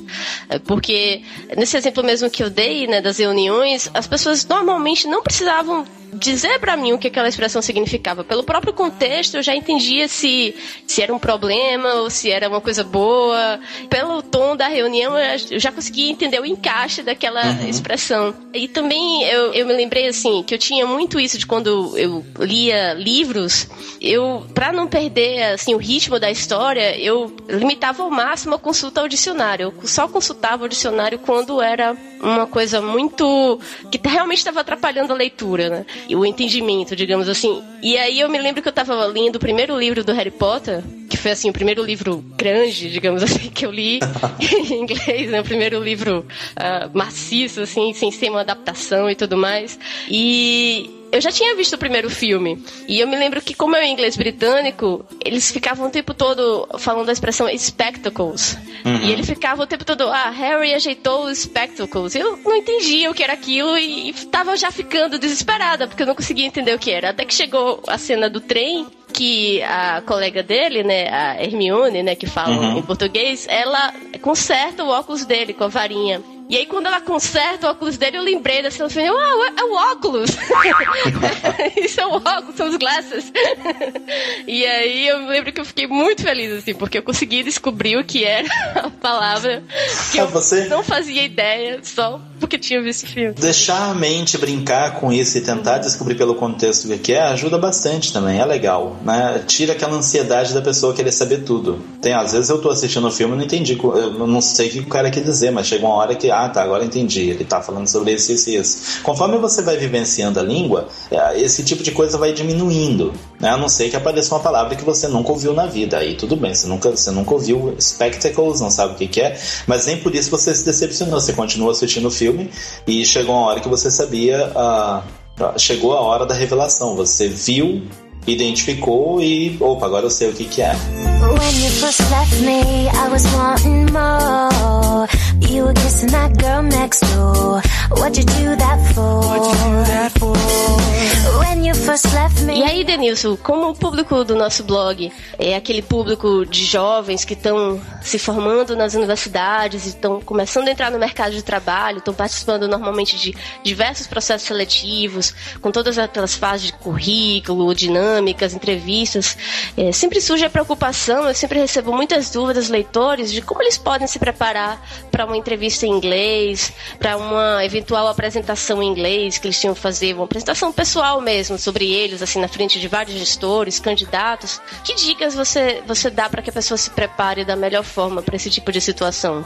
Porque nesse exemplo mesmo que eu dei, né, das reuniões, as pessoas normalmente não precisavam dizer pra mim o que aquela expressão significava. Pelo próprio contexto eu já entendia se era um problema ou se era uma coisa boa. Pelo tom da reunião eu já conseguia entender o encaixe daquela expressão. E também eu me lembrei assim que eu tinha muito isso de quando eu lia livros, pra não perder assim o ritmo da história, eu limitava ao máximo a consulta ao dicionário. Eu só consultava o dicionário quando era uma coisa muito que realmente estava atrapalhando a leitura, né? E o entendimento, digamos assim. E aí eu me lembro que eu estava lendo o primeiro livro do Harry Potter, que foi assim o primeiro livro grande, digamos assim, que eu li em inglês, né? O primeiro livro maciço, assim, sem ser uma adaptação e tudo mais. E eu já tinha visto o primeiro filme. E eu me lembro que, como é o inglês britânico, eles ficavam o tempo todo falando a expressão spectacles. E ele ficava o tempo todo, Harry ajeitou os spectacles. Eu não entendia o que era aquilo e tava já ficando desesperada, porque eu não conseguia entender o que era. Até que chegou a cena do trem, que a colega dele, né, a Hermione, né, que fala em português, ela conserta o óculos dele com a varinha. E aí, quando ela conserta o óculos dele, eu lembrei dessa, eu falei, é o óculos! Isso é o óculos, são os glasses. E aí, eu lembro que eu fiquei muito feliz, assim, porque eu consegui descobrir o que era a palavra que eu não fazia ideia, só porque tinha visto o filme. Deixar a mente brincar com isso e tentar descobrir pelo contexto o que é, ajuda bastante também, é legal, né? Tira aquela ansiedade da pessoa querer saber tudo. Às vezes eu tô assistindo o filme e não entendi, eu não sei o que o cara quer dizer, mas chega uma hora que agora entendi, ele tá falando sobre isso e isso. Conforme você vai vivenciando a língua, esse tipo de coisa vai diminuindo, né? A não ser que apareça uma palavra que você nunca ouviu na vida. Aí tudo bem, você nunca ouviu spectacles, não sabe o que é, mas nem por isso você se decepcionou. Você continua assistindo o filme e chegou uma hora que você sabia, chegou a hora da revelação. Você viu, identificou e, opa, agora eu sei o que é. When you first left me, I was wanting more. You were kissing that girl next door. What'd you do that for? When you first left me. E aí, Denilson, como o público do nosso blog é aquele público de jovens que estão se formando nas universidades e estão começando a entrar no mercado de trabalho, estão participando normalmente de diversos processos seletivos, com todas aquelas fases de currículo, dinâmicas, entrevistas, sempre surge a preocupação, eu sempre recebo muitas dúvidas, leitores, de como eles podem se preparar para uma entrevista em inglês, para uma eventual apresentação em inglês que eles tinham que fazer, uma apresentação pessoal mesmo, sobre eles, assim, na frente de vários gestores, candidatos. Que dicas você dá para que a pessoa se prepare da melhor forma para esse tipo de situação?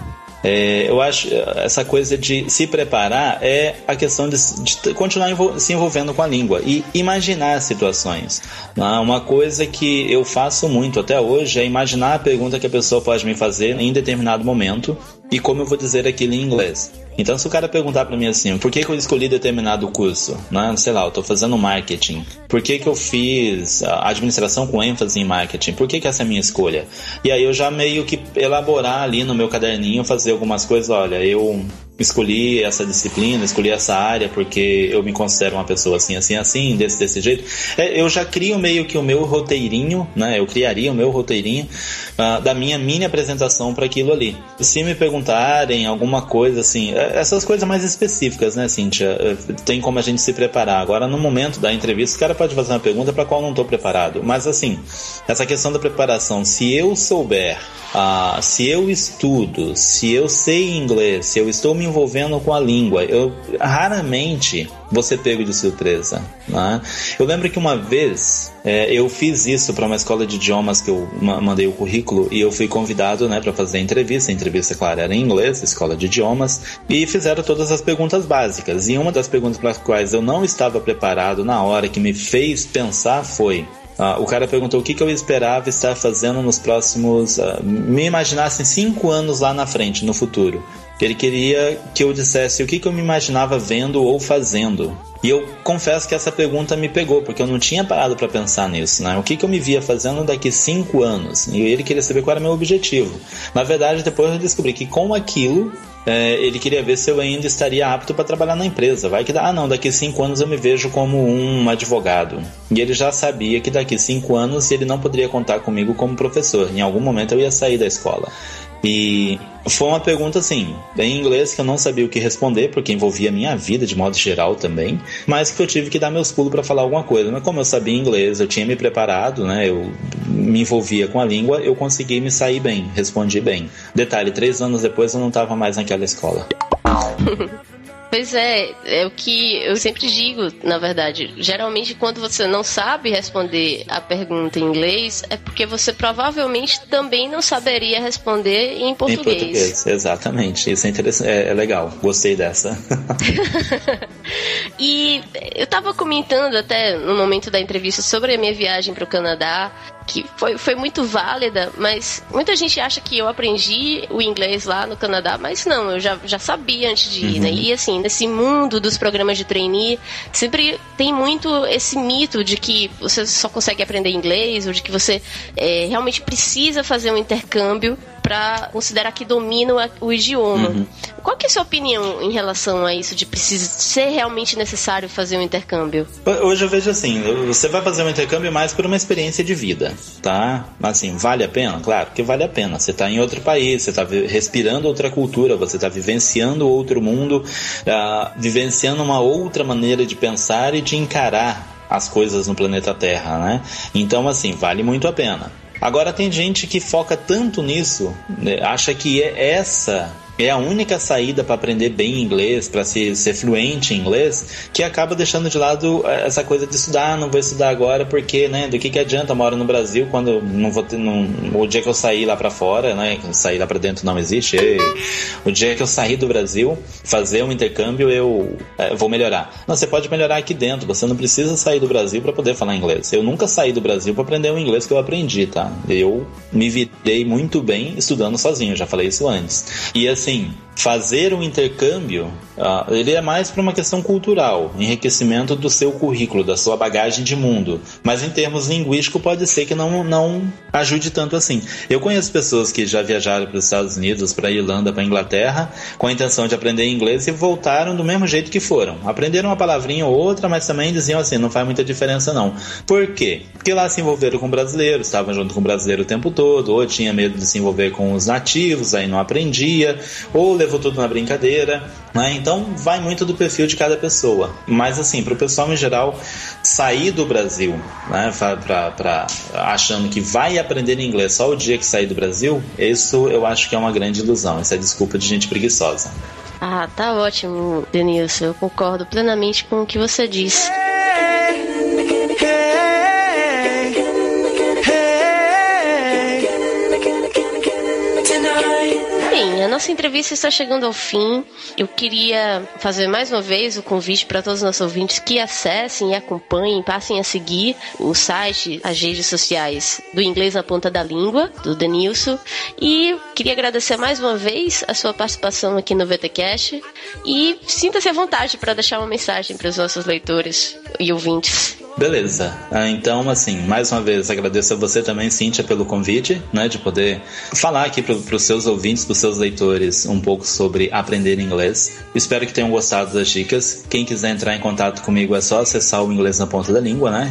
Eu acho essa coisa de se preparar é a questão de continuar se envolvendo com a língua e imaginar situações. Uma coisa que eu faço muito até hoje é imaginar a pergunta que a pessoa pode me fazer em determinado momento e como eu vou dizer aquilo em inglês. Então, se o cara perguntar pra mim assim, por que eu escolhi determinado curso? Sei lá, eu tô fazendo marketing. Por que eu fiz administração com ênfase em marketing? Por que essa é a minha escolha? E aí eu já meio que elaborar ali no meu caderninho, fazer algumas coisas, olha, eu escolhi essa disciplina, escolhi essa área porque eu me considero uma pessoa assim, assim, assim, desse jeito. Eu já crio meio que o meu roteirinho, né? Eu criaria o meu roteirinho da minha mini apresentação para aquilo ali. Se me perguntarem alguma coisa assim, essas coisas mais específicas, né, Cíntia? Tem como a gente se preparar. Agora, no momento da entrevista, o cara pode fazer uma pergunta para a qual eu não estou preparado. Mas assim, essa questão da preparação, se eu souber, se eu estudo, se eu sei inglês, se eu estou me envolvendo com a língua, eu raramente vou ser pego de surpresa, né? Eu lembro que uma vez eu fiz isso para uma escola de idiomas que eu mandei o currículo e eu fui convidado, né, para fazer a entrevista, claro, era em inglês, escola de idiomas, e fizeram todas as perguntas básicas. E uma das perguntas para as quais eu não estava preparado na hora, que me fez pensar, foi... o cara perguntou o que eu esperava estar fazendo nos próximos... me imaginasse 5 anos lá na frente, no futuro. Ele queria que eu dissesse o que eu me imaginava vendo ou fazendo. E eu confesso que essa pergunta me pegou, porque eu não tinha parado para pensar nisso, né? O que eu me via fazendo daqui 5 anos? E ele queria saber qual era o meu objetivo. Na verdade, depois eu descobri que com aquilo... ele queria ver se eu ainda estaria apto para trabalhar na empresa. Vai que daqui 5 anos eu me vejo como um advogado. E ele já sabia que daqui 5 anos ele não poderia contar comigo como professor. Em algum momento eu ia sair da escola. E foi uma pergunta assim, em inglês, que eu não sabia o que responder, porque envolvia a minha vida de modo geral também, mas que eu tive que dar meus pulos para falar alguma coisa. Mas como eu sabia inglês, eu tinha me preparado, né, eu me envolvia com a língua, eu consegui me sair bem, respondi bem. Detalhe, 3 anos depois eu não estava mais naquela escola. Pois é o que eu sempre digo, na verdade. Geralmente, quando você não sabe responder a pergunta em inglês, é porque você provavelmente também não saberia responder em português. Em português, exatamente. Isso é interessante, é legal. Gostei dessa. E eu estava comentando até no momento da entrevista sobre a minha viagem para o Canadá, que foi muito válida, mas muita gente acha que eu aprendi o inglês lá no Canadá, mas não, eu já sabia antes de ir, né? E assim, nesse mundo dos programas de trainee, sempre tem muito esse mito de que você só consegue aprender inglês, ou de que você realmente precisa fazer um intercâmbio para considerar que domina o idioma. Qual que é a sua opinião em relação a isso, de ser realmente necessário fazer um intercâmbio? Hoje eu vejo assim, você vai fazer um intercâmbio mais por uma experiência de vida, tá? Assim, vale a pena? Claro que vale a pena. Você está em outro país, você está respirando outra cultura, você está vivenciando outro mundo, vivenciando uma outra maneira de pensar e de encarar as coisas no planeta Terra, né? Então, assim, vale muito a pena. Agora, tem gente que foca tanto nisso, né, acha que essa é a única saída para aprender bem inglês, para ser fluente em inglês, que acaba deixando de lado essa coisa de estudar. Não vou estudar agora porque, né, do que adianta? Eu moro no Brasil, quando não vou ter, o dia que eu sair lá para fora, né, sair lá para dentro não existe. O dia que eu sair do Brasil, fazer um intercâmbio, eu vou melhorar. Não, você pode melhorar aqui dentro, você não precisa sair do Brasil para poder falar inglês. Eu nunca saí do Brasil para aprender o inglês que eu aprendi, tá? Eu me virei muito bem estudando sozinho, já falei isso antes. E assim, fazer um intercâmbio, ele é mais para uma questão cultural, enriquecimento do seu currículo, da sua bagagem de mundo. Mas em termos linguísticos pode ser que não ajude tanto assim. Eu conheço pessoas que já viajaram para os Estados Unidos, para a Irlanda, para a Inglaterra, com a intenção de aprender inglês e voltaram do mesmo jeito que foram. Aprenderam uma palavrinha ou outra, mas também diziam assim, não faz muita diferença não. Por quê? Porque lá se envolveram com brasileiros, estavam junto com o brasileiro o tempo todo, ou tinha medo de se envolver com os nativos, aí não aprendia, ou levou tudo na brincadeira, né? Então vai muito do perfil de cada pessoa. Mas assim, para o pessoal em geral sair do Brasil, né, achando que vai aprender inglês só o dia que sair do Brasil, isso eu acho que é uma grande ilusão. Isso é desculpa de gente preguiçosa. Ah, tá ótimo, Denilson. Eu concordo plenamente com o que você disse. Bem, a nossa entrevista está chegando ao fim. Eu queria fazer mais uma vez o convite para todos os nossos ouvintes que acessem e acompanhem, passem a seguir o site, as redes sociais do Inglês na Ponta da Língua, do Denilson. E queria agradecer mais uma vez a sua participação aqui no VTcast. E sinta-se à vontade para deixar uma mensagem para os nossos leitores e ouvintes. Beleza, então assim, mais uma vez agradeço a você também, Cíntia, pelo convite, né, de poder falar aqui para os seus ouvintes, para os seus leitores um pouco sobre aprender inglês. Espero que tenham gostado das dicas. Quem quiser entrar em contato comigo é só acessar o Inglês na Ponta da Língua, né,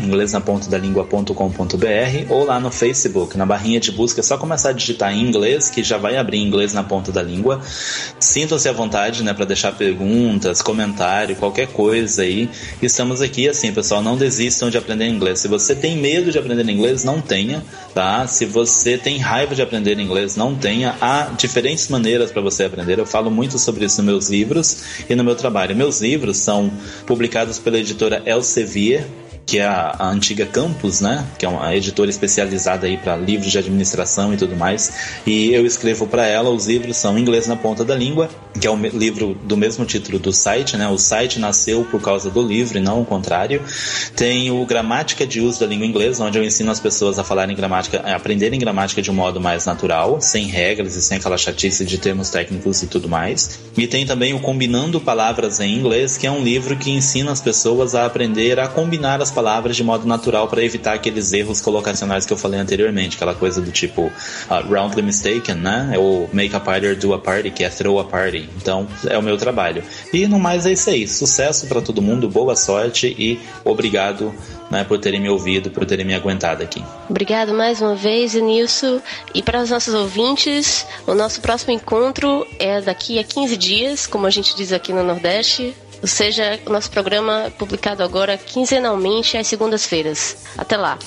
inglesnapontadalingua.com.br, ou lá no Facebook, na barrinha de busca, é só começar a digitar em inglês, que já vai abrir Inglês na Ponta da Língua. Sintam-se à vontade, né, para deixar perguntas, comentário, qualquer coisa aí. Estamos aqui, assim, pessoal, não desista de aprender inglês. Se você tem medo de aprender inglês, não tenha, tá? Se você tem raiva de aprender inglês, não tenha. Há diferentes maneiras para você aprender. Eu falo muito sobre isso nos meus livros e no meu trabalho. Meus livros são publicados pela editora Elsevier, que é a antiga Campus, né? Que é uma editora especializada aí para livros de administração e tudo mais. E eu escrevo para ela. Os livros são Inglês na Ponta da Língua, que é o livro do mesmo título do site, né? O site nasceu por causa do livro e não o contrário. Tem o Gramática de Uso da Língua Inglesa, onde eu ensino as pessoas a falarem gramática, a aprenderem gramática de um modo mais natural, sem regras e sem aquela chatice de termos técnicos e tudo mais. E tem também o Combinando Palavras em Inglês, que é um livro que ensina as pessoas a aprender a combinar as palavras de modo natural para evitar aqueles erros colocacionais que eu falei anteriormente, aquela coisa do tipo roundly mistaken, né? Ou make a party do a party, que é throw a party. Então, é o meu trabalho. E no mais é isso aí. Sucesso para todo mundo, boa sorte e obrigado, né, por terem me ouvido, por terem me aguentado aqui. Obrigado mais uma vez, Denilson. E para os nossos ouvintes, o nosso próximo encontro é daqui a 15 dias, como a gente diz aqui no Nordeste. Ou seja, o nosso programa é publicado agora quinzenalmente às segundas-feiras. Até lá.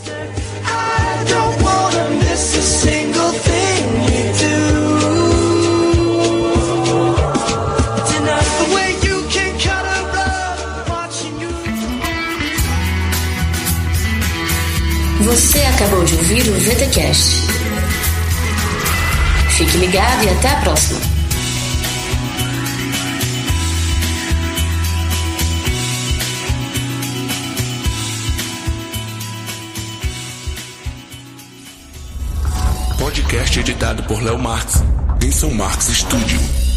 Você acabou de ouvir o VTcast. Fique ligado e até a próxima. Podcast editado por Léo Marques, em São Marcos Studio.